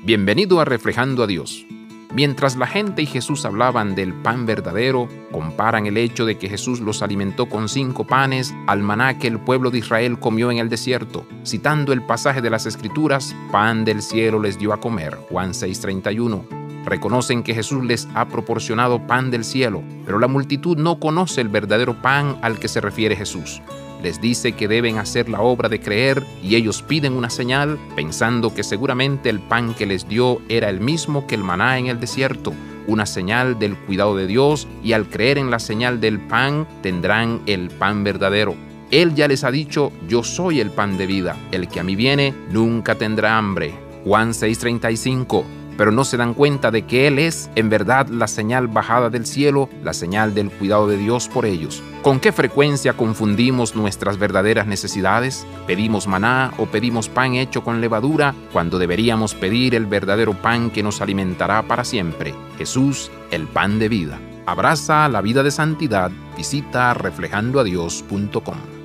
Bienvenido a Reflejando a Dios. Mientras la gente y Jesús hablaban del pan verdadero, comparan el hecho de que Jesús los alimentó con 5 panes al maná que el pueblo de Israel comió en el desierto, citando el pasaje de las Escrituras: pan del cielo les dio a comer, Juan 6:31. Reconocen que Jesús les ha proporcionado pan del cielo, pero la multitud no conoce el verdadero pan al que se refiere Jesús. Les dice que deben hacer la obra de creer y ellos piden una señal, pensando que seguramente el pan que les dio era el mismo que el maná en el desierto, una señal del cuidado de Dios, y al creer en la señal del pan tendrán el pan verdadero. Él ya les ha dicho: yo soy el pan de vida, el que a mí viene nunca tendrá hambre, Juan 6:35. Pero no se dan cuenta de que Él es, en verdad, la señal bajada del cielo, la señal del cuidado de Dios por ellos. ¿Con qué frecuencia confundimos nuestras verdaderas necesidades? ¿Pedimos maná o pedimos pan hecho con levadura, cuando deberíamos pedir el verdadero pan que nos alimentará para siempre? Jesús, el pan de vida. Abraza la vida de santidad. Visita reflejandoadios.com.